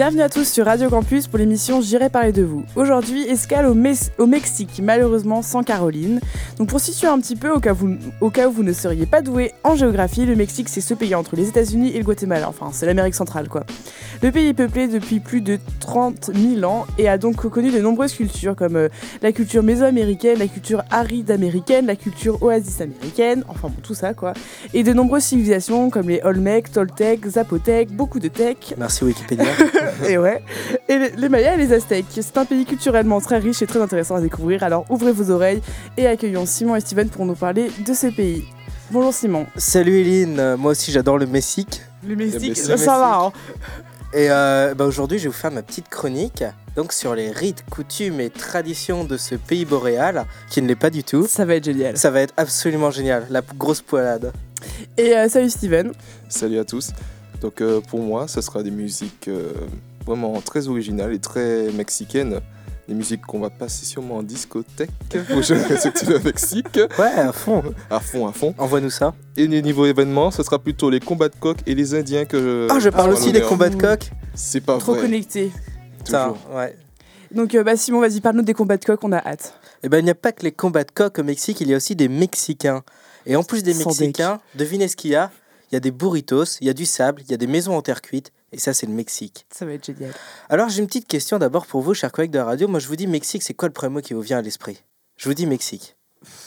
Bienvenue à tous sur Radio Campus pour l'émission J'irai parler de vous. Aujourd'hui, escale au Mexique, malheureusement sans Caroline. Donc pour situer un petit peu, au cas où vous ne seriez pas doué en géographie, le Mexique c'est ce pays entre les États-Unis et le Guatemala, enfin c'est l'Amérique centrale quoi. Le pays est peuplé depuis plus de 30 000 ans et a donc connu de nombreuses cultures comme la culture mésoaméricaine, la culture aride américaine, la culture oasis américaine, enfin bon tout ça quoi. Et de nombreuses civilisations comme les Olmecs, Toltecs, Zapotèques, beaucoup de tech. Merci Wikipédia. Et ouais, et les Mayas et les Aztèques. C'est un pays culturellement très riche et très intéressant à découvrir, alors ouvrez vos oreilles et accueillons Simon et Steven pour nous parler de ces pays. Bonjour Simon. Salut Eline, moi aussi j'adore le Mexique. Le Mexique, ça va hein. Et aujourd'hui je vais vous faire ma petite chronique donc sur les rites, coutumes et traditions de ce pays boréal, qui ne l'est pas du tout. Ça va être génial. Ça va être absolument génial, la grosse poilade. Et salut Steven. Salut à tous. Donc pour moi, ça sera des musiques vraiment très originales et très mexicaines. Des musiques qu'on va passer sûrement en discothèque pour le Mexique. Ouais, à fond. À fond. Envoie-nous ça. Et niveau événement, ce sera plutôt les combats de coq et les Indiens que... je parle aussi des combats de coq. C'est pas trop vrai. Trop connecté. Ça, ouais. Donc Simon, vas-y, parle-nous des combats de coq, on a hâte. Eh ben, il n'y a pas que les combats de coq au Mexique, il y a aussi des Mexicains. Et en plus des Mexicains, devinez ce qu'il y a. Il y a des burritos, il y a du sable, il y a des maisons en terre cuite, et ça c'est le Mexique. Ça va être génial. Alors j'ai une petite question d'abord pour vous, chers collègues de la radio. Moi je vous dis Mexique, c'est quoi le premier mot qui vous vient à l'esprit ? Je vous dis Mexique.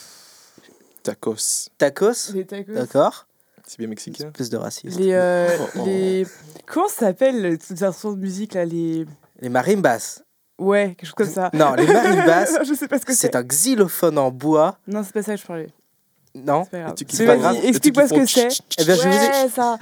Tacos. Tacos ? Les tacos. D'accord. C'est bien mexicain. Plus de racisme. Les... Comment ça s'appelle cette version de musique là, les marimbas. Ouais, quelque chose comme ça. Non, les marimbas, je sais pas ce que c'est un xylophone en bois. Non, c'est pas ça que je parlais. Non, c'est pas grave. Explique-moi ce que c'est. Eh bien, je vous ai... ça.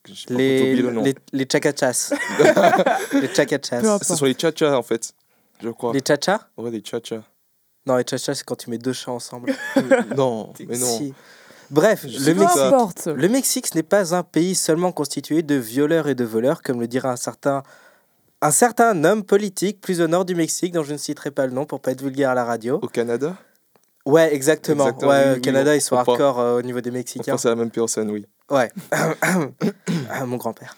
Les chachachas. Les chachachas. Ce sont les chachas en fait, je crois. Les chachas ? Ouais, les chachas. Non, les chachas, c'est quand tu mets deux chats ensemble. Non, mais non. Si. Bref, le Mexique, ce n'est pas un pays seulement constitué de violeurs et de voleurs, comme le dirait un certain homme politique plus au nord du Mexique, dont je ne citerai pas le nom pour pas être vulgaire à la radio. Au Canada ? Ouais, exactement. Ouais, au Canada, ils sont on hardcore au niveau des Mexicains. On pense à la même personne, oui. Ouais. Mon grand-père.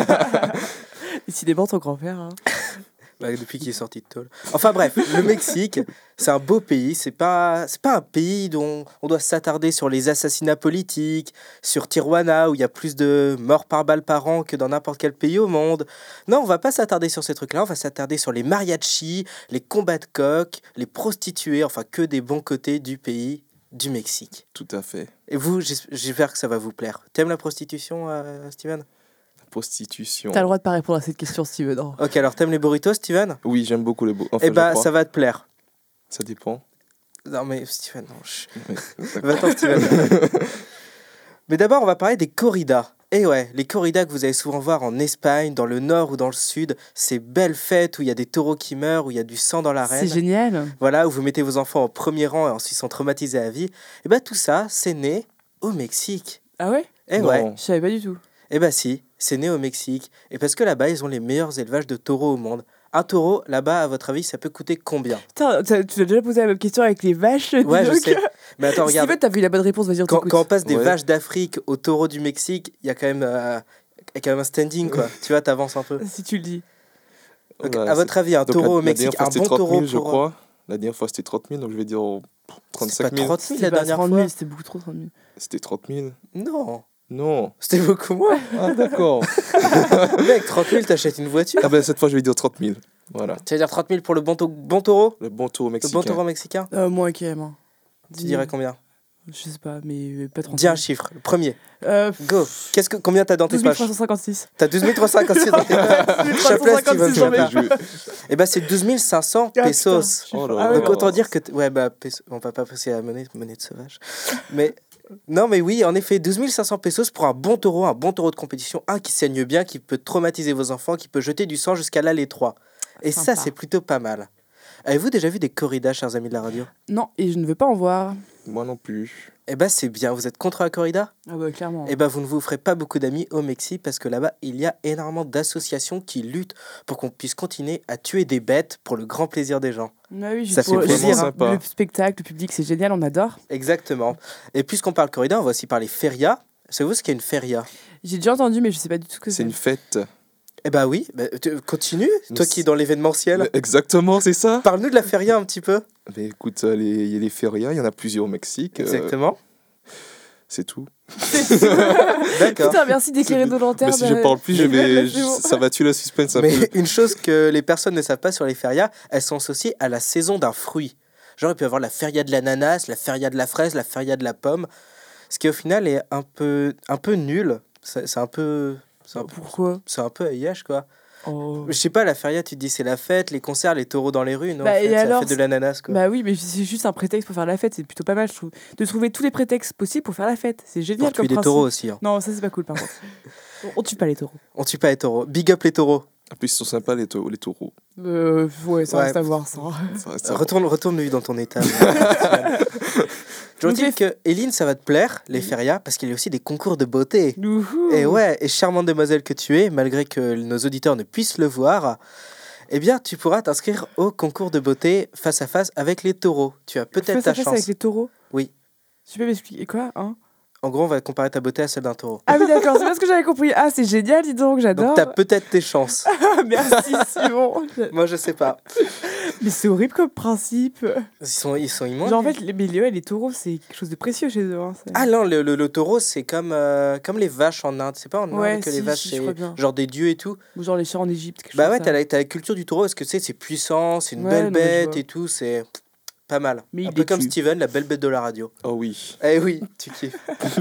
Décidément, ton grand-père. Hein. Depuis qu'il est sorti de tôle. Enfin bref, le Mexique, c'est un beau pays. C'est pas un pays dont on doit s'attarder sur les assassinats politiques, sur Tijuana, où il y a plus de morts par balle par an que dans n'importe quel pays au monde. Non, on va pas s'attarder sur ces trucs-là. On va s'attarder sur les mariachis, les combats de coq, les prostituées, enfin que des bons côtés du pays du Mexique. Tout à fait. Et vous, j'espère que ça va vous plaire. T'aimes la prostitution, Steven ? Prostitution. T'as le droit de pas répondre à cette question, Steven. Oh. Ok, alors t'aimes les burritos, Steven ? Oui, j'aime beaucoup les burritos. Enfin, ça va te plaire. Ça dépend. Non mais Steven, non. Va-t'en, Steven. Mais d'abord, on va parler des corridas. Et ouais, les corridas que vous allez souvent voir en Espagne, dans le nord ou dans le sud, ces belles fêtes où il y a des taureaux qui meurent, où il y a du sang dans l'arène. C'est génial. Voilà, où vous mettez vos enfants au premier rang et ensuite ils sont traumatisés à vie. Et bah tout ça, c'est né au Mexique. Ah ouais ? Et ouais. Je savais pas du tout. Eh bah si, c'est né au Mexique. Et parce que là-bas, ils ont les meilleurs élevages de taureaux au monde. Un taureau, là-bas, à votre avis, ça peut coûter combien ? Putain, tu as déjà posé la même question avec les vaches. Ouais, je sais. Mais attends, regarde. Steven, t'as vu la bonne réponse, vas-y, on t'écoute. Quand on passe des vaches d'Afrique aux taureaux du Mexique, il y a quand même un standing, quoi. Tu vois, t'avances un peu. Si tu le dis. Donc, à votre avis, un taureau au Mexique, un bon taureau 000, je crois. La dernière fois, c'était 30 000, donc je vais dire 35 000. C'est pas 30 000 la dernière fois. C'était beaucoup trop, 30 000. C'était 30 000. Non. C'était beaucoup moins. Ah, d'accord. Mec, 30 000, t'achètes une voiture. Ah ben, cette fois, je vais dire 30 000. Voilà. Tu vas dire 30 000 pour le bon taureau ? Le bon taureau mexicain. Le bon taureau mexicain ? Moi, quand même. Tu dirais combien ? Je sais pas, mais pas 30 000. Dis un chiffre, le premier. Go. Combien t'as dans tes 12 poches ? 356. T'as 12 356 dans tes poches. Chapelet, Steven. Et bah, c'est 12 500 pesos. Oh là là. Donc, autant dire que... Ouais, bah, on va pas passer à la monnaie de sauvage. Mais... Non, mais oui, en effet, 12 500 pesos pour un bon taureau de compétition. Un qui saigne bien, qui peut traumatiser vos enfants, qui peut jeter du sang jusqu'à l'aller 3. Et sympa. Ça, c'est plutôt pas mal. Avez-vous déjà vu des corridas, chers amis de la radio ? Non, et je ne veux pas en voir. Moi non plus. Eh ben, c'est bien. Vous êtes contre la corrida ? Ah bah, clairement. Eh ben, vous ne vous ferez pas beaucoup d'amis au Mexique parce que là-bas, il y a énormément d'associations qui luttent pour qu'on puisse continuer à tuer des bêtes pour le grand plaisir des gens. Ah oui, ça fait plaisir. Sympa. Le spectacle, le public, c'est génial, on adore. Exactement. Et puisqu'on parle corrida, on va aussi parler feria. Savez-vous ce qu'est une feria ? J'ai déjà entendu, mais je sais pas du tout ce que c'est. C'est une fête. Eh bah oui, continue, toi Mais qui es dans l'événementiel. Mais exactement, c'est ça. Parle-nous de la feria un petit peu. Mais écoute, il y a les férias, il y en a plusieurs au Mexique. Exactement. C'est tout. D'accord. Putain, merci d'éclairer nos lanternes. Mais si je parle plus, C'est bon. ça va tuer le suspense un peu. Mais une chose que les personnes ne savent pas sur les férias, elles sont associées à la saison d'un fruit. Genre, il peut y avoir la feria de l'ananas, la feria de la fraise, la feria de la pomme. Ce qui, au final, est un peu nul. C'est un peu... Pourquoi? C'est un peu AIH, quoi. Oh. Je sais pas, la feria, tu te dis c'est la fête, les concerts, les taureaux dans les rues, non? Bah, en fait, et c'est la alors, fête de l'ananas, quoi. Bah oui, mais c'est juste un prétexte pour faire la fête. C'est plutôt pas mal, je trouve. De trouver tous les prétextes possibles pour faire la fête. C'est génial Pour comme tuer des principe. taureaux aussi. Hein. Non, ça c'est pas cool par contre. On tue pas les taureaux. On tue pas les taureaux. Big up les taureaux. En plus, ils sont sympas, les taureaux. Ouais, ça Ouais. reste à voir ça. Ça reste sympa. Retourne lui dans ton état. Je veux dire que, Eline, ça va te plaire, les férias, parce qu'il y a aussi des concours de beauté. Youhou. Et ouais, et charmante demoiselle que tu es, malgré que nos auditeurs ne puissent le voir, eh bien, tu pourras t'inscrire au concours de beauté face à face avec les taureaux. Tu as peut-être Face ta à face chance. avec les taureaux. Oui. Tu peux m'expliquer quoi, hein? En gros, on va comparer ta beauté à celle d'un taureau. Ah oui, d'accord, c'est pas ce que j'avais compris. Ah, c'est génial, dis donc, j'adore. Donc, t'as peut-être tes chances. Ah, merci, Simon. Moi, je sais pas. Mais c'est horrible comme principe. Ils sont immondes. Genre, en fait, les taureaux, c'est quelque chose de précieux chez eux. Hein. Ah non, le taureau, c'est comme les vaches en Inde. C'est pas en Inde Ouais, que si, les vaches, je c'est crois bien. genre des dieux et tout. Ou genre les chats en Égypte, quelque chose Bah ouais, comme ça. t'as la culture du taureau, parce que tu sais, c'est puissant, c'est une Ouais, belle non, mais je bête vois. et tout, c'est pas mal. Mais il Un peu les comme tue. Steven, la belle bête de la radio. Oh oui. Eh oui, tu kiffes.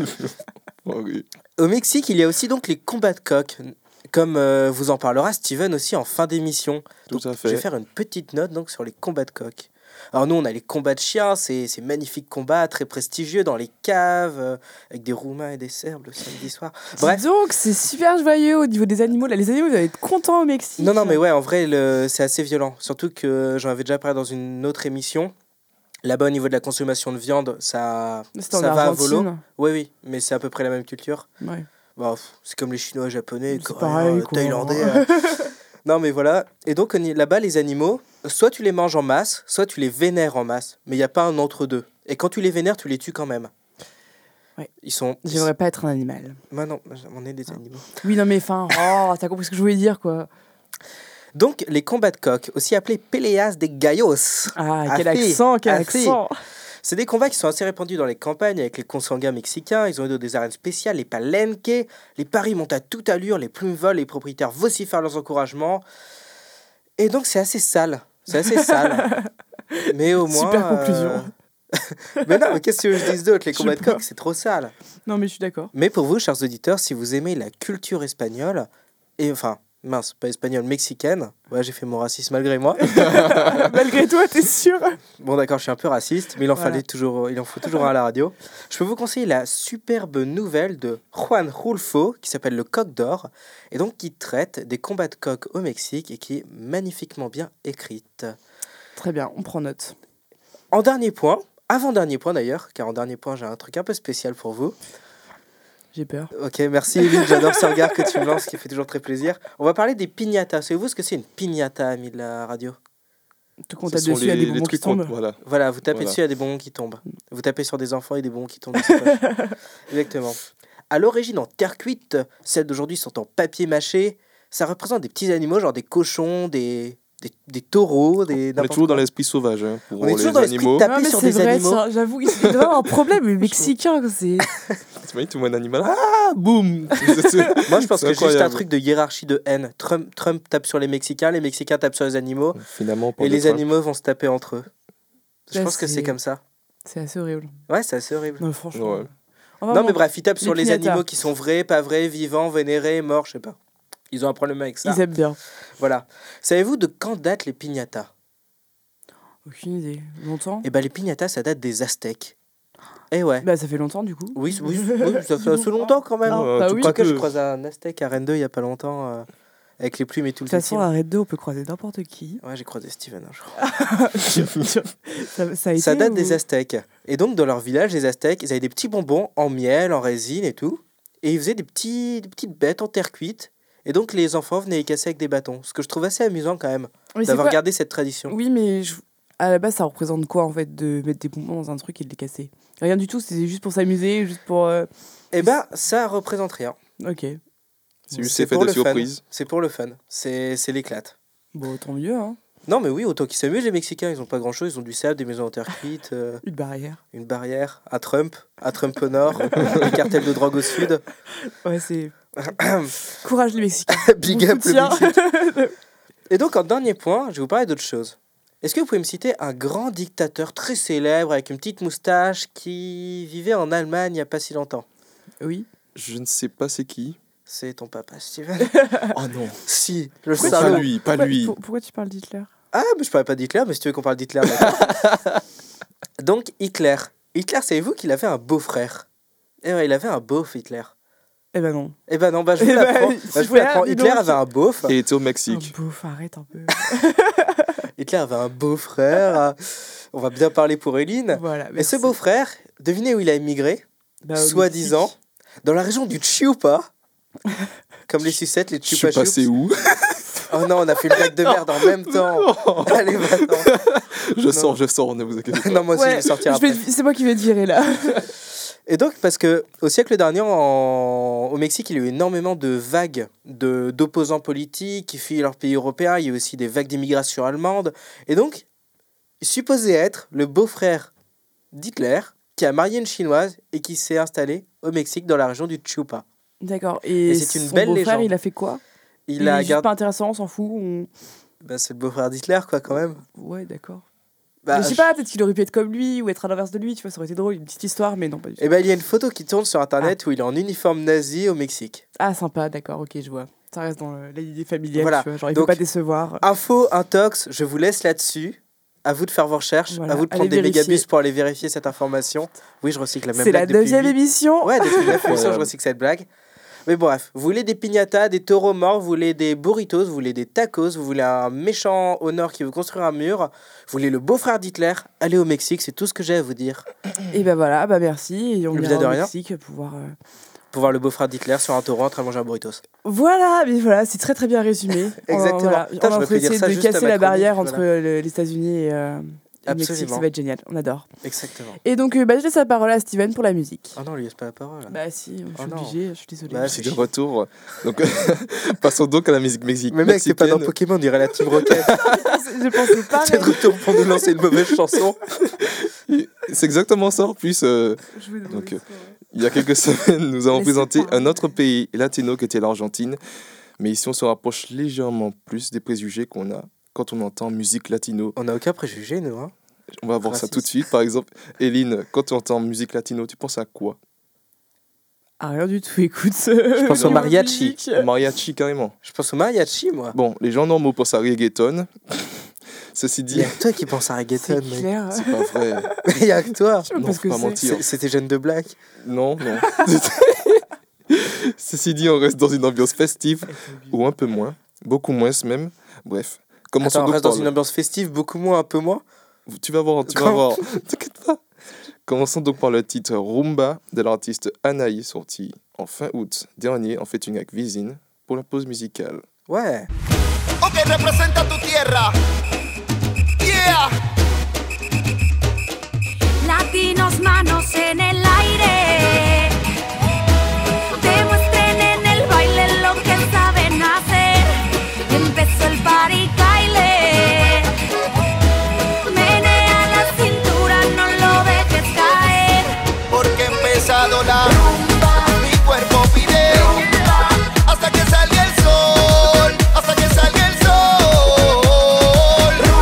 Oh oui. Au Mexique, il y a aussi donc les combats de coqs, comme vous en parlera Steven aussi en fin d'émission. Tout Donc, à Je fait. vais faire une petite note donc sur les combats de coqs. Alors nous, on a les combats de chiens, c'est magnifiques combats, très prestigieux dans les caves, avec des Roumains et des Serbes le samedi soir. Bref. Dis donc, c'est super joyeux au niveau des animaux. Là, les animaux, ils doivent être contents au Mexique. Non, mais ouais, en vrai, c'est assez violent. Surtout que j'en avais déjà parlé dans une autre émission. Là-bas, au niveau de la consommation de viande, ça C'était en va à volo. Argentine. Oui, mais c'est à peu près la même culture. Ouais. Bon, c'est comme les Chinois, Japonais, C'est Coréens, pareil, quoi. Thaïlandais. Non, mais voilà. Et donc, là-bas, les animaux, soit tu les manges en masse, soit tu les vénères en masse. Mais il n'y a pas un entre-deux. Et quand tu les vénères, tu les tues quand même. Ouais. Ils sont... J'aimerais pas être un animal. Moi, non, on est des animaux. Oui, non, mais enfin, t'as compris ce que je voulais dire, quoi. Donc, les combats de coqs, aussi appelés peleas de gallos. Ah, quel Así, accent, quel así. accent. C'est des combats qui sont assez répandus dans les campagnes avec les consanguins mexicains. Ils ont eu des arènes spéciales, les palenques. Les paris montent à toute allure, les plumes volent, les propriétaires vocifèrent leurs encouragements. Et donc, c'est assez sale. C'est assez sale. Mais au moins... Super conclusion. Mais non, mais qu'est-ce que je dis d'autre? Les Je combats de sais pas. coqs, c'est trop sale. Non, mais je suis d'accord. Mais pour vous, chers auditeurs, si vous aimez la culture espagnole, et enfin, mince, pas espagnole, mexicaine, ouais, j'ai fait mon racisme malgré moi. Malgré toi, t'es sûr? Bon, d'accord, je suis un peu raciste, mais il en Voilà. faut toujours un à la radio. Je peux vous conseiller la superbe nouvelle de Juan Rulfo, qui s'appelle Le Coq d'Or, et donc qui traite des combats de coqs au Mexique et qui est magnifiquement bien écrite. Très bien, on prend note. En dernier point, avant-dernier point d'ailleurs, car en dernier point, j'ai un truc un peu spécial pour vous. J'ai peur. Ok, merci Éline, j'adore ce regard que tu me lances, qui fait toujours très plaisir. On va parler des piñatas. Savez-vous ce que c'est une piñata, amis de la radio? Tout qu'on Ce tape sont dessus, il y a des les bonbons qui trucs qu'on- tombent. Voilà. Voilà, vous tapez Voilà. dessus, il y a des bonbons qui tombent. Vous tapez sur des enfants et des bonbons qui tombent. de ses poches. Exactement. À l'origine en terre cuite, celles d'aujourd'hui sont en papier mâché. Ça représente des petits animaux, genre des cochons, des taureaux, des... On est n'importe toujours dans quoi. l'esprit sauvage hein, pour On est toujours les dans l'esprit animaux. de taper Ah, mais sur c'est des vrai, animaux. ça, j'avoue, il doit y avoir un problème, les Mexicains, c'est... T'imagines, tu vois un animal, ah, boum. Moi, je pense C'est que c'est juste un incroyable. truc de hiérarchie de haine. Trump tape sur les Mexicains tapent sur les animaux, Finalement, pour et les Trump. animaux vont se taper entre eux. Je Là, pense que c'est c'est- comme ça. C'est assez horrible. Ouais, c'est assez horrible. Non, franchement. Ouais. Enfin, Non, bon, mais bref, ils tapent sur les les piñatas. animaux qui sont vrais, pas vrais, vivants, vénérés, morts, je sais pas. Ils ont un problème avec ça. Ils aiment bien. Voilà. Savez-vous de quand datent les piñatas? Aucune idée. Longtemps? Eh ben, les piñatas, ça date des Aztèques. Eh ouais. Bah, ça fait longtemps, du coup. Oui, ça fait assez longtemps quand même. Non, Ouais, bah tout oui. cas Quoique, je que- croisais un Aztèque à Rennes 2 il y a pas longtemps, avec les plumes et tout De le toute façon, tétine. à Red 2, on peut croiser n'importe qui. Ouais, j'ai croisé Steven un jour. Ça a été, Ça date ou- des Aztèques. Et donc, dans leur village, les Aztèques, ils avaient des petits bonbons en miel, en résine et tout. Et ils faisaient des petites bêtes en terre cuite. Et donc, les enfants venaient les casser avec des bâtons. Ce que je trouve assez amusant quand même, Mais c'est d'avoir quoi- gardé cette tradition. Oui, mais à la base, ça représente quoi, en fait, de mettre des bonbons dans un truc et de les casser? Rien du tout, c'était juste pour s'amuser, juste pour... Eh ben, ça représente rien. Ok. C'est juste C'est effet pour de le fun. surprise. C'est pour le fun. C'est l'éclate. Bon, tant mieux, hein. Non, mais oui, autant qu'ils s'amusent, les Mexicains. Ils ont pas grand-chose. Ils ont du sable, des maisons en terre cuite, Une barrière. une barrière, un Trump au nord, les cartels de drogue au sud. Ouais, c'est. Courage les Mexicains. Big On up le soutient. Mexique. Et donc, en dernier point, je vais vous parler d'autre chose. Est-ce que vous pouvez me citer un grand dictateur très célèbre avec une petite moustache qui vivait en Allemagne il n'y a pas si longtemps? Oui. Je ne sais pas c'est qui. C'est ton papa, Steven. Oh non. Si, le Pas salaud. lui, pas lui. Pourquoi tu parles d'Hitler? Ah, mais je parlais pas d'Hitler, mais si tu veux qu'on parle d'Hitler, d'accord. Donc, Hitler. Hitler, savez-vous qu'il avait un beau-frère? Eh ouais, il avait un beauf, Hitler. Eh ben non. Eh ben non, je vous Eh ben, l'apprends. Je vous l'apprends. dis Hitler donc. avait un beauf. Et il était au Mexique. Oh, bouf, arrête un peu. Hitler avait un beau-frère. On va bien parler pour Eline. Voilà. Et ce beau-frère, devinez où il a émigré? Bah, au Soi-disant, Mexique. dans la région du Chiupa. Comme les sucettes, les Je suis Chupa passé Chups. où? Oh non, on a fait une blague de merde en même temps. Allez, va-t'en. Je sors, ne vous inquiétez pas. Non, moi aussi, je vais sortir après. C'est moi qui vais te virer là. Et donc, parce que au siècle dernier, au Mexique, il y a eu énormément de vagues d'opposants politiques qui fuient leur pays européen. Il y a eu aussi des vagues d'immigration allemande. Et donc, supposé être le beau-frère d'Hitler, qui a marié une chinoise et qui s'est installé au Mexique dans la région du Chiupa. D'accord. Et c'est une son belle beau-frère, légende. il a fait quoi? Il est a juste gardé. pas intéressant, on s'en fout. Bah, c'est le beau-frère d'Hitler, quoi, quand même. Ouais, d'accord. Bah, Mais je sais pas, peut-être qu'il aurait pu être comme lui ou être à l'inverse de lui, tu vois, ça aurait été drôle, une petite histoire, mais non, pas du tout. Et ben, il y a une photo qui tourne sur internet où il est en uniforme nazi au Mexique. Ah, sympa, d'accord, ok, je vois. Ça reste dans l'idée familiale, Voilà. tu vois, genre il Donc, faut pas décevoir. Info, intox, je vous laisse là-dessus. À vous de faire vos recherches, Voilà, à vous de prendre allez des vérifier. mégabus pour aller vérifier cette information. Oui, je recycle la même C'est la blague depuis 9e huit- émission. Ouais, depuis 9 émissions, je Incroyable. recycle cette blague. Mais bref, vous voulez des piñatas, des taureaux morts, vous voulez des burritos, vous voulez des tacos, vous voulez un méchant au nord qui veut construire un mur, vous voulez le beau-frère d'Hitler, allez au Mexique, c'est tout ce que j'ai à vous dire. Et ben voilà, bah merci, et on Mais ira de au rien. Mexique pour voir... Pour voir le beau-frère d'Hitler sur un taureau en train de manger un burritos. Voilà, mais voilà, c'est très très bien résumé. Exactement. Voilà. Putain, On je me va fais dire essayer ça de juste à casser ma la barrière chronique, entre les États-Unis et le Mexique, Absolument. ça va être génial, on adore. Exactement. Et donc, bah, je laisse la parole à Steven pour la musique. Oh non, lui laisse pas la parole. Bah si, je suis Oh non. obligée, je suis désolée. Bah, C'est de retour. Donc, passons donc à la musique Mais mec, c'est pas dans mexicaine. Pokémon, on dirait la Team Rocket. Je pensais pas. C'est de retour pour nous lancer une mauvaise chanson. C'est exactement ça en plus. Donc, il y a quelques semaines, nous avons Laissez présenté parler. un autre pays latino qui était l'Argentine. Mais ici, on se rapproche légèrement plus des préjugés qu'on a quand on entend musique latino. On n'a aucun préjugé, nous. Hein. On va voir ça Raciste. tout de suite. Par exemple, Eline, quand tu entends musique latino, tu penses à quoi? Ah, rien du tout, écoute. Je pense au mariachi. Musique. Au mariachi, carrément. Je pense au mariachi, moi. Bon, les gens normaux pensent à reggaeton. Ceci Il dit, y a que toi qui penses à reggaeton, C'est mec. clair. c'est pas vrai. Il y a que toi. Je sais même Non, pas ce que faut pas c'est. mentir. C'était jeune de black. Non, non. Ceci dit, on reste dans une ambiance festive, ou un peu moins, beaucoup moins même. Bref, commençons Attends, on donc reste par dans une le- ambiance festive, beaucoup moins, un peu moins. Tu vas voir, tu vas Comment voir. T'inquiète pas. Commençons donc par le titre Rumba de l'artiste Anaï, sorti en fin août dernier en featuring avec Vizine pour la pause musicale. Ouais. o que representa tu tierra. Yeah. Latinos, manos en el aire. Demuestren en el baile lo que saben hacer. Empezó el party baile. Menea la cintura, no lo dejes caer. Porque ha empezado la rumba. Mi cuerpo pide rumba. Hasta que salga el sol. Hasta que salga el sol.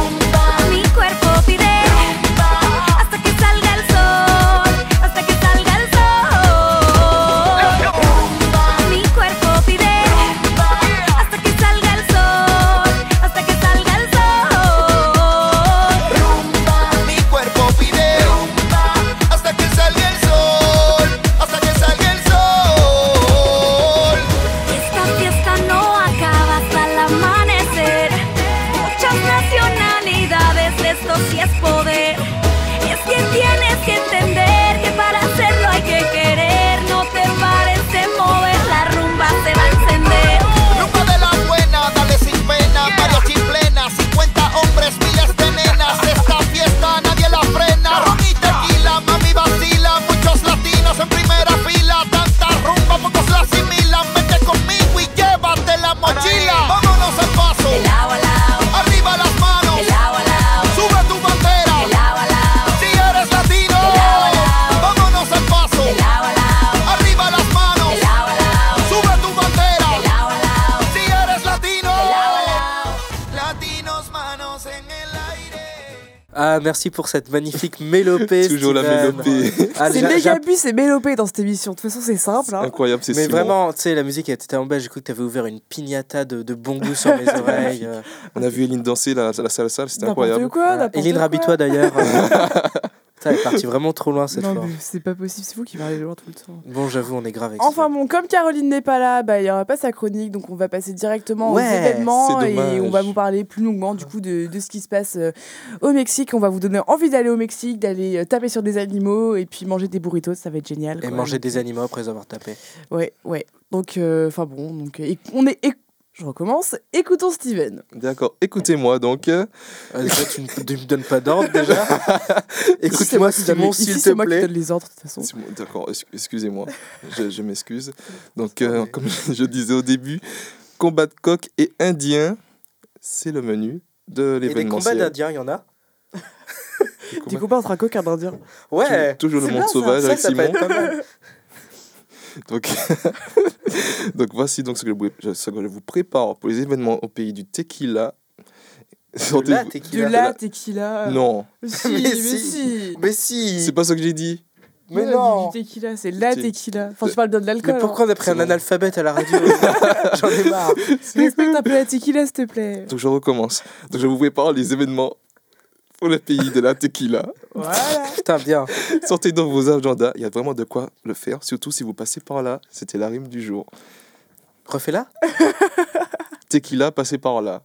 Ah, merci pour cette magnifique mélopée. Toujours la Steven. mélopée. Ah, C'est Mégabus et Mélopée dans cette émission. De toute façon, c'est simple. Hein. Incroyable, c'est Mais Simon. vraiment, tu sais, la musique était tellement belle. J'ai cru que t'avais ouvert une piñata de bon goût sur mes oreilles. On a vu Eline danser la salsa, c'était N'importe incroyable. quoi, n'importe Eline, quoi. rabis-toi d'ailleurs. Putain, elle est partie vraiment trop loin cette Non, fois. mais c'est pas possible, c'est vous qui parlez loin tout le temps. Bon, j'avoue, on est grave avec Enfin bon, comme Caroline n'est pas là, il n'y aura pas sa chronique, donc on va passer directement aux Ouais, événements c'est et dommage. on va vous parler plus longuement du coup de ce qui se passe au Mexique. On va vous donner envie d'aller au Mexique, d'aller taper sur des animaux et puis manger des burritos, ça va être génial. Et quoi. manger Donc, des animaux après avoir tapé. Ouais. Donc, enfin bon, donc je recommence. Écoutons Steven. D'accord, écoutez-moi donc. Déjà, tu ne me donnes pas d'ordre déjà. Écoute-moi, Simon, Ici, s'il te c'est moi qui plaît. donne les ordres de toute façon. Simon, d'accord, excusez-moi, je m'excuse. Donc, comme je disais au début, combat de coq et indien, c'est le menu de Et des l'événement. combats d'Indiens, il y en a Du coup, pas entre un coq et un indien. Ouais. Toujours le C'est monde bien, ça. sauvage Ça, avec ça peut Simon. être pas mal. Donc, donc voici donc ce que je vous prépare pour les événements au pays du tequila. De la De tequila. la tequila. Non, Si, Mais mais si. si. Mais si. c'est pas ça que j'ai dit. Mais Ouais, non. Du tequila, c'est la Du- tequila. Enfin, je parle de l'alcool. Mais pourquoi on a pris C'est un bon. analphabète à la radio J'en ai marre. Respecte un peu la tequila, s'il te plaît. Donc je recommence. Donc je vous prépare les événements pour le pays de la tequila. Voilà. Putain, bien. Sortez dans vos agendas, il y a vraiment de quoi le faire, surtout si vous passez par là. C'était la rime du jour. Refais-la. Tequila, passez par là.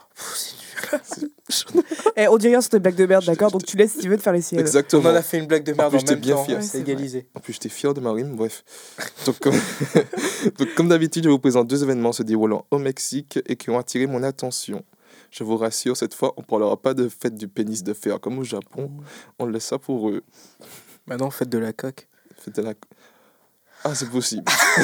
Eh, on dit rien sur tes blagues de merde, d'accord? Donc tu laisses Steven faire les siennes. On Exactement. en a fait une blague de merde plus, en j'étais même bien temps. fier. Ouais, C'est c'est égalisé. En plus, j'étais fier de ma rime, bref. Donc, comme d'habitude, je vous présente deux événements se déroulant au Mexique et qui ont attiré mon attention. Je vous rassure, cette fois, on ne parlera pas de fête du pénis de fer comme au Japon. On laisse ça pour eux. Maintenant, faites de la coque. Fête de la... Ah, c'est possible.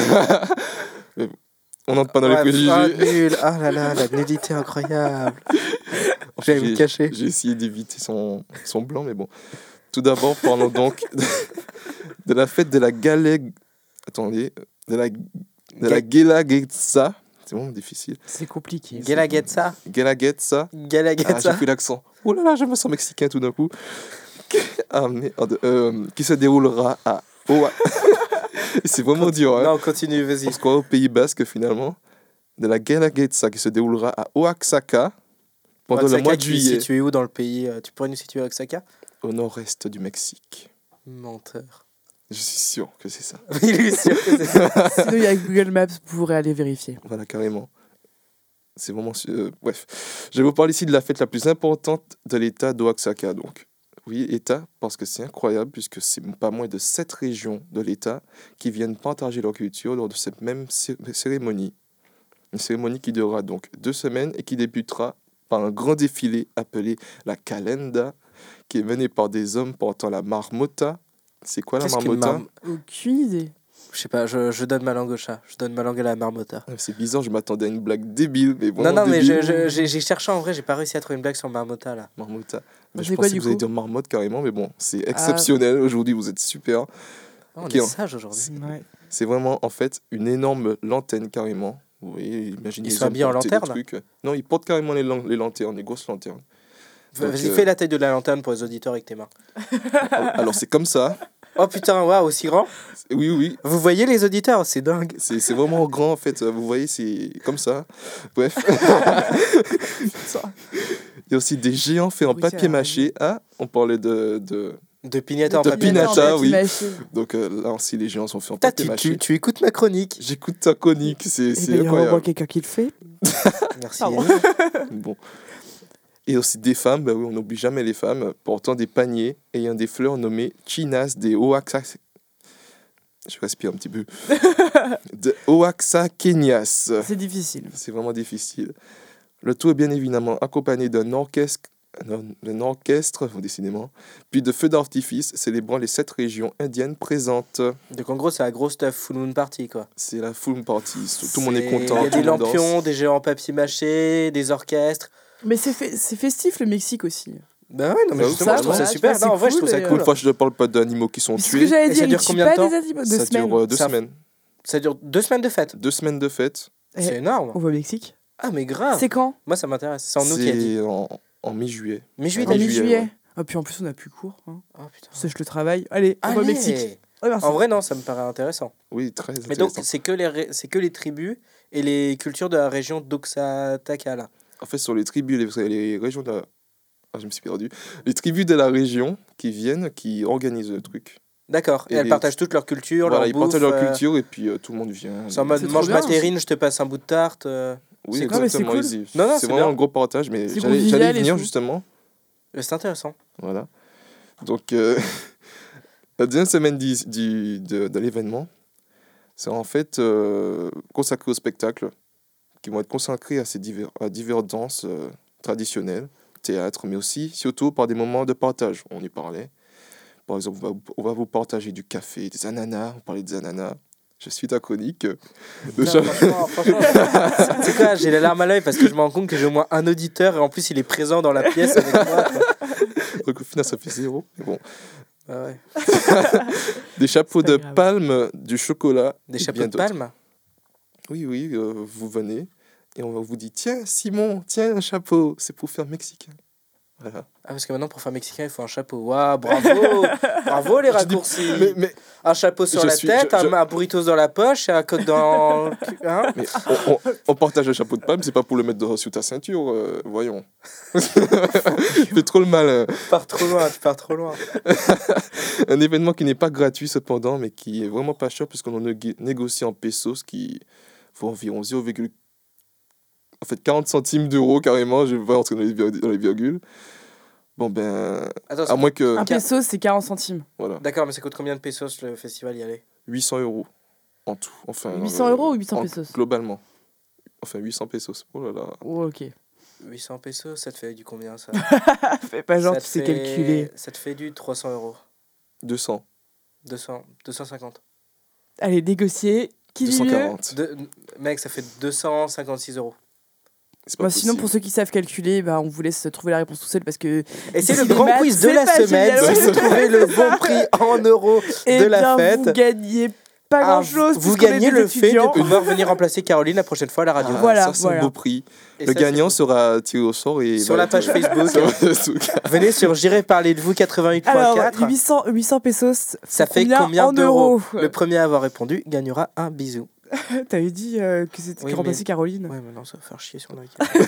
Mais bon, on n'entre pas dans les préjugés. Ah, nul. Ah là là, la nullité incroyable. J'allais me cacher. J'ai essayé d'éviter son blanc, mais bon. Tout d'abord, parlons donc de la fête de la Galeg... Attendez. De la Guelaguetza. C'est vraiment difficile. C'est compliqué. Guelaguetza. Guelaguetza. Ah, j'ai Guelaguetza. pris l'accent. Oh là là, je me sens mexicain tout d'un coup. Ah, merde. Qui se déroulera à... C'est vraiment dur, hein. Non, continue, vas-y. On se croit au Pays Basque, finalement. De la Guelaguetza qui se déroulera à Oaxaca pendant le Oaxaca, mois de qui est juillet, situé où dans le pays Tu pourrais nous situer à Oaxaca au nord-est du Mexique. Menteur. Je suis sûr que c'est ça. Oui, lui, sûr que c'est ça. Sinon, il y a Google Maps, vous pourrez aller vérifier. Voilà, carrément. C'est vraiment... bref. Je vais vous parler ici de la fête la plus importante de l'État d'Oaxaca, donc. Oui, État, parce que c'est incroyable, puisque c'est pas moins de 7 régions de l'État qui viennent partager leur culture lors de cette même cérémonie. Une cérémonie qui durera donc 2 semaines et qui débutera par un grand défilé appelé la Calenda, qui est mené par des hommes portant la marmota. C'est quoi la Qu'est-ce qu'une marmota? Aucune idée. Je sais pas, je donne ma langue au chat. Je donne ma langue à la marmota. C'est bizarre, je m'attendais à une blague débile, mais Non, vraiment non, mais débile. j'ai cherché en vrai, j'ai pas réussi à trouver une blague sur marmota là. Marmota. Mais C'est je quoi, pensais du que vous alliez coup dire marmotte carrément, mais bon, c'est exceptionnel. Aujourd'hui, vous êtes super. Oh, on Ok, est on- sage aujourd'hui. Ouais. C'est vraiment, en fait, une énorme lanterne carrément. Vous voyez, imaginez Ils les sont hommes habillés en porter des lanterne trucs. Non, ils portent carrément les lanternes, les grosses lanternes. Donc, Vas-y, fais la taille de la lanterne pour les auditeurs avec tes mains. Alors, c'est comme ça. Oh putain, waouh, aussi grand. Oui, oui. Vous voyez les auditeurs, c'est dingue. C'est vraiment grand, en fait. Vous voyez, c'est comme ça. Bref. Il y a aussi des géants faits en Oui, papier c'est mâché. Ah, on parlait de... De pignata en De papier. pinata, oui. Machine. Donc là aussi, les géants sont faits en Putain, papier mâché. tu écoutes ma chronique. J'écoute ta chronique, c'est Il va y avoir au moins incroyable. quelqu'un qui le fait. Merci. Pardon. Yannick. Bon. Et aussi des femmes, bah oui, on n'oublie jamais les femmes, portant des paniers ayant des fleurs nommées chinas de Oaxaca. Je respire un petit peu. De Oaxaqueñas. C'est difficile. C'est vraiment difficile. Le tout est bien évidemment accompagné d'un orchestre, décidément, puis de feux d'artifice célébrant les 7 régions indiennes présentes. Donc en gros, c'est la grosse stuff full moon party quoi. C'est la full party. Tout le monde est content. Il y a tout des le monde danse. lampions, des géants en papier mâché, des orchestres. Mais c'est festif le Mexique aussi. Bah ouais, non mais Ça, justement, ça, je trouve ça voilà, super. tu vois, Non, en vrai, c'est je trouve ça cool, cool. Une fois, je ne parle pas d'animaux qui sont C'est ce que tués. j'allais Et dire. ça Ils dure tuent combien pas de temps des animaux. 2 Ça semaines. dure 2 Ça- semaines. Ça dure 2 semaines de fête. 2 semaines de fête. C'est Eh, énorme. On va au Mexique. Ah mais grave. C'est quand? Moi ça m'intéresse. C'est en août qu'il a dit. C'est en mi-juillet. Mi-juillet, En t'as dit. mi-juillet, mi-juillet. ouais. Ah, puis en plus, on a plus cours. Hein. Oh putain. Sèche le travail. Allez, on va au Allez. Mexique. Oh, merci. En vrai, non, ça me paraît intéressant. Oui, très Mais donc, intéressant. c'est que les tribus et les cultures de la région d'Oaxaca, là. En fait, sur les tribus, les régions de la... Ah, je me suis perdu. Les tribus de la région qui viennent, qui organisent le truc. D'accord. Et Et elles les- partagent toute leur culture, Voilà, leur ils bouffe. partagent leur culture et puis tout le monde vient. C'est en mode C'est trop mange bien, ma terrine, je te passe un bout de tarte. Oui, c'est cool. Mais c'est exactement. cool. Non, Non, c'est c'est vraiment bien. un gros partage, mais C'est j'allais convivial et venir tout. justement. C'est intéressant. Voilà. Donc, la deuxième semaine de l'événement, c'est en fait consacré au spectacle, qui vont être consacrés à divers danses traditionnelles, théâtre, mais aussi, surtout, par des moments de partage. On y parlait. Par exemple, on va vous partager du café, des ananas. On parlait des ananas. Je suis ta chronique. Non, franchement, c'est quoi, j'ai les larmes à l'œil parce que je me rends compte que j'ai au moins un auditeur et en plus il est présent dans la pièce avec moi. quoi. Donc, au final, ça fait 0. Mais bon. Ah ouais. Des chapeaux C'est pas de grave. palme, du chocolat. Des et chapeaux bien de d'autres. palme. Oui, oui, vous venez et on vous dit tiens, Simon, tiens un chapeau, c'est pour faire mexicain. Voilà. Ah, parce que maintenant pour faire mexicain il faut un chapeau. Waouh, bravo. Bravo les raccourcis. Mais, Un chapeau sur Je la suis- tête, je- un burritos dans la poche et un coq dans le cul, hein. mais on partage le chapeau de palme, c'est pas pour le mettre sur ta ceinture, voyons. Tu fais trop le malin. Tu pars trop loin, tu pars trop loin. Un événement qui n'est pas gratuit cependant, mais qui est vraiment pas cher puisqu'on en négocie en pesos, qui vaut environ 40 centimes d'euros carrément, je vais pas entrer dans les virgules. Bon ben, Attends, à moins que... Un peso, c'est 40 centimes. Voilà, d'accord, mais ça coûte combien de pesos le festival y aller? 800 euros en tout. Enfin, 800 euros ou 800 pesos? Globalement. Enfin, 800 pesos. Oh là là. Oh, ok. 800 pesos, ça te fait du combien ça? Fais pas genre, Ça tu te sais fait- calculer. Ça te fait du 300 euros. 200. 250. Allez, négocier. Qui dit mieux? 240. Mec, ça fait 256 euros. C'est pas Bah, sinon, possible. pour ceux qui savent calculer, bah, on vous laisse trouver la réponse tout seul parce que. Et c'est Ici, le les grand maths, quiz de c'est la pas semaine. génial, Si vous trouvez le bon prix en euros Eh de la bien, fête, vous gagnez pas grand chose. vous gagnez le fait de pouvoir venir remplacer Caroline la prochaine fois à la radio. Ah, Voilà, ça, c'est voilà. un beau prix. Et Le ça, gagnant c'est- sera tiré au sort et sur va la page Facebook. Sur Facebook. Venez sur J'irai parler de vous 88.4. Alors, 800 pesos, Ça fait combien d'euros? Le premier à avoir répondu gagnera un bisou. T'avais dit que c'était Oui, que remplacer mais- Caroline. Ouais, mais non, ça va faire chier sur le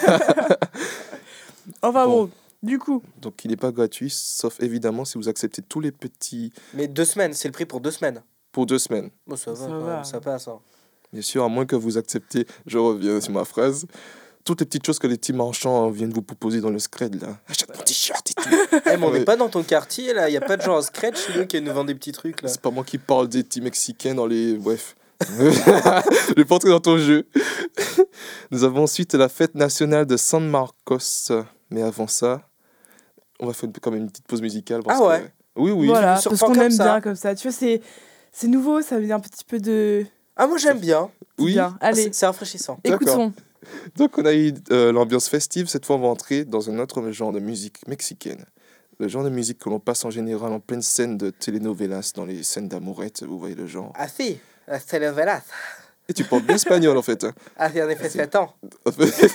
Enfin Bon. bon, du coup, Donc, il n'est pas gratuit, sauf évidemment si vous acceptez tous les petits Mais 2 semaines, c'est le prix pour 2 semaines. pour 2 semaines. Bon, ça va, Ça quand va. même, ça passe. Hein. Bien sûr, à moins que vous acceptez, je reviens sur ma phrase, toutes les petites choses que les petits marchands viennent vous proposer dans le scred, là. Achète mon t-shirt et tout. Eh, mais on n'est Ouais. pas dans ton quartier, là. Il n'y a pas de gens en scratch chez nous qui nous vendent des petits trucs, là. C'est pas moi qui parle des petits Mexicains dans les... Bref. Je vais pas entrer dans ton jeu. Nous avons ensuite la fête nationale de San Marcos. Mais avant ça, on va faire quand même une petite pause musicale. Parce Ah ouais. que... Oui, oui. voilà, me parce surprends qu'on comme aime ça. bien comme ça. Tu vois, c'est nouveau, ça met un petit peu de. Ah, moi, j'aime bien. Oui. Bien. Ah, Allez, c'est rafraîchissant. D'accord. écoutons. Donc on a eu l'ambiance festive. Cette fois, on va entrer dans un autre genre de musique mexicaine. Le genre de musique que l'on passe en général en pleine scène de telenovelas, dans les scènes d'amourette, vous voyez le genre. Así, las telenovelas. Et tu parles bien espagnol en fait. Hein. Hace en effet 7 ans. En fait,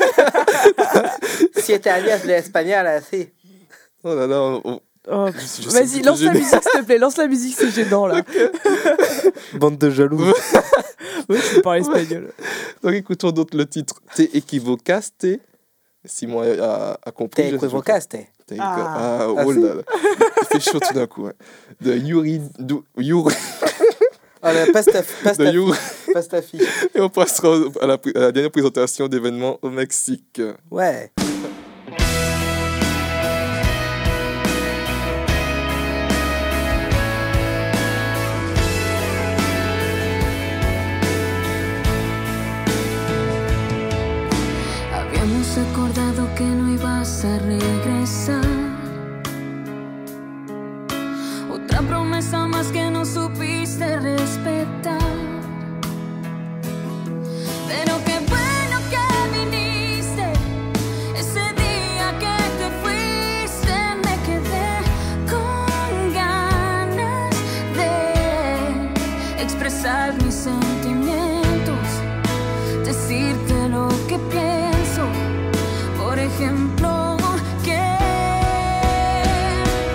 7 años de espagnol, así. oh là là, Oh, je sais vas-y, plus, lance je- la musique, s'il te plaît. Lance la musique, c'est gênant là. Bande de jaloux. Ouais, tu parles espagnol. Donc écoutons donc le titre Te equivocaste. Simon a compris. Te je- equivocaste. Te Ah. oh là là. Il fait chaud tout d'un coup. Hein. De Yuri... Ah, là, passe de Yuri... ta fiche. Et on passera à la dernière présentation d'événements au Mexique. Ouais. Habíamos acordado que no ibas a regresar. Otra promesa más que no supiste respetar. Pero qué bueno que viniste. Ese día que te fuiste me quedé con ganas de expresar mis sentimientos, decirte lo que pienso. Por ejemplo, que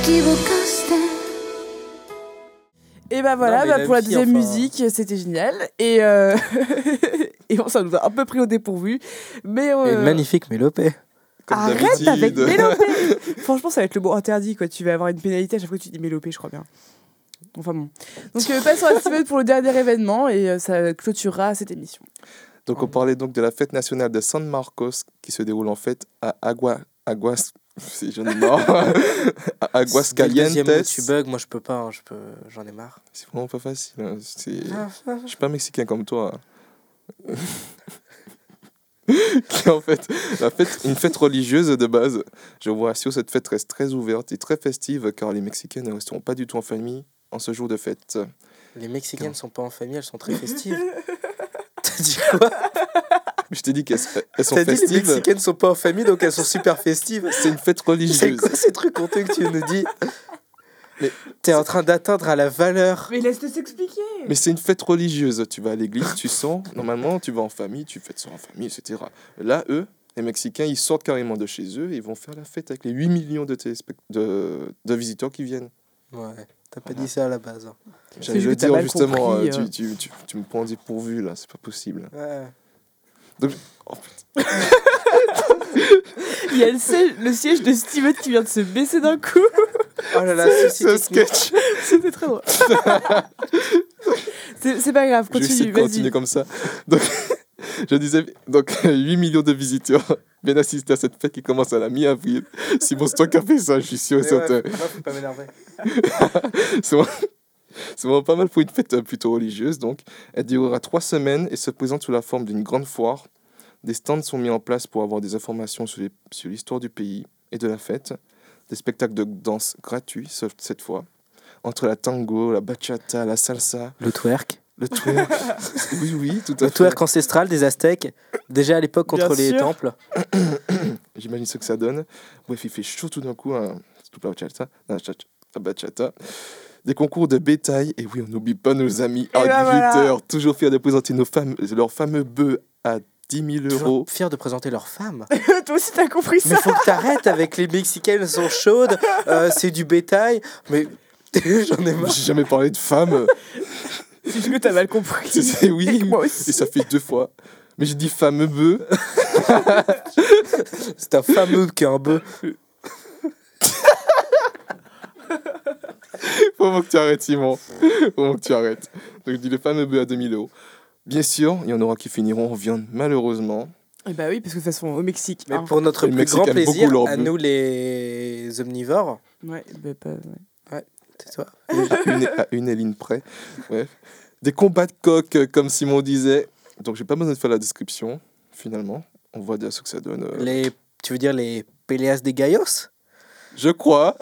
equivocaste. Et bah voilà, Non, mais bah, la pour la vie, deuxième enfin. musique, c'était génial. Et, et bon, ça nous a un peu pris au dépourvu. Mais Et une magnifique mélopée. Comme arrête d'habitude. avec mélopée. Franchement, ça va être le mot interdit, quoi. Tu vas avoir une pénalité à chaque fois que tu dis mélopée, je crois bien. Enfin bon. Donc passons à Steven pour le dernier événement et ça clôturera cette émission. Donc on parlait donc de la fête nationale de San Marcos qui se déroule en fait à si j'en ai marre. À Dès le deuxième mot, Aguascalientes. tu bugs, moi je peux pas, j'en ai marre. C'est vraiment pas facile. Hein. Je suis pas mexicain comme toi. Hein. Qui est en fait une fête religieuse de base. Je vous rassure, cette fête reste très ouverte et très festive car les Mexicains ne resteront pas du tout en famille en ce jour de fête. Les Mexicaines ne sont pas en famille, elles sont très festives. T'as dit quoi? Je t'ai dit qu'elles sont T'as dit les festives. Mexicaines sont pas en famille, donc elles sont super festives. C'est une fête C'est religieuse. quoi ces trucs honteux que tu nous dis? Mais t'es en train d'atteindre à la valeur. Mais laisse-le s'expliquer. Mais c'est une fête religieuse. Tu vas à l'église, tu sens. Normalement, tu vas en famille, tu fêtes ça en famille, etc. Là, eux, les Mexicains, ils sortent carrément de chez eux et ils vont faire la fête avec les 8 millions de visiteurs qui viennent. Ouais, t'as pas dit ça à la base. Hein. J'allais juste le que t'as dire mal justement, compris, tu me prends dépourvu là, c'est pas possible. Ouais. Donc, Il y a le siège de Steven qui vient de se baisser d'un coup. Oh là là, c'est un sketch. C'était très drôle. C'est pas grave, Je vais essayer continue, de continuer vas-y. comme ça. Donc, je disais, donc 8 millions de visiteurs viennent assister à cette fête qui commence à la mi-avril. Si bon, c'est toi qui as fait ça, je suis sûr et certain. Faut pas m'énerver. C'est vraiment pas mal pour une fête plutôt religieuse. Donc, elle durera 3 semaines et se présente sous la forme d'une grande foire. Des stands sont mis en place pour avoir des informations sur l'histoire du pays et de la fête. Des spectacles de danse gratuits cette fois. Entre la tango, la bachata, la salsa, Le twerk. le twerk. Oui, tout à Le fait. twerk ancestral des Aztèques. Déjà à l'époque contre Bien les sûr. temples. J'imagine ce que ça donne. Bref, il fait chaud tout d'un coup. Hein. Toute la bachata. Des concours de bétail. Et oui, on n'oublie pas nos amis ben agriculteurs. voilà. Toujours fiers de présenter leurs fameux bœufs à 10 000 euros. Fiers de présenter leurs femmes. Toi aussi, t'as compris Mais ça. faut que t'arrêtes avec les Mexicaines, elles sont chaudes. C'est du bétail. Mais j'en ai marre. J'ai jamais parlé de femmes. C'est juste que t'as mal compris. Oui, Et moi aussi. et ça fait 2 fois. Mais j'ai dit fameux bœufs. C'est un fameux qui est un bœuf. Faut vraiment que tu arrêtes, Simon. Faut vraiment que tu arrêtes. Donc je dis le fameux bœuf à 2 000 euros. Bien sûr, il y en aura qui finiront en viande, malheureusement. Et bah oui, parce que de toute façon, au Mexique. Mais hein. pour notre Les plus Mexicains grand aiment beaucoup plaisir, leur à bœuf. nous les omnivores, Ouais, bah pas. Ouais. c'est toi. À une ligne près. Bref. Des combats de coqs, comme Simon disait. Donc j'ai pas besoin de faire la description, finalement. On voit déjà ce que ça donne. Tu veux dire les Péléas des Gallos? Je crois.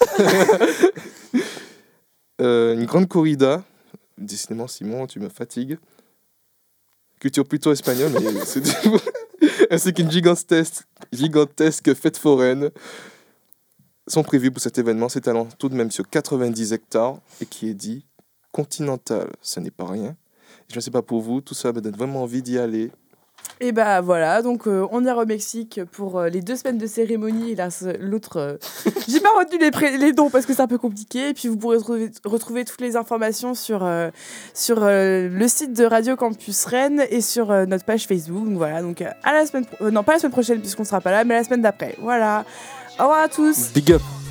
Une grande corrida. Décidément, Simon, tu me fatigues. Culture plutôt espagnole, mais c'est tout. Ainsi qu'une gigantesque fête foraine sont prévues pour cet événement s'étalant tout de même sur 90 hectares et qui est dit continental. Ce n'est pas rien. Je ne sais pas pour vous, tout ça me donne vraiment envie d'y aller. Et bah voilà, donc on ira au Mexique pour les 2 semaines de cérémonie. Et là, l'autre, j'ai pas retenu les noms parce que c'est un peu compliqué. Et puis vous pourrez retrouver toutes les informations sur le site de Radio Campus Rennes et sur notre page Facebook. Donc voilà, donc à la semaine, non pas la semaine prochaine puisqu'on sera pas là, mais la semaine d'après. Voilà. Au revoir à tous. Big up.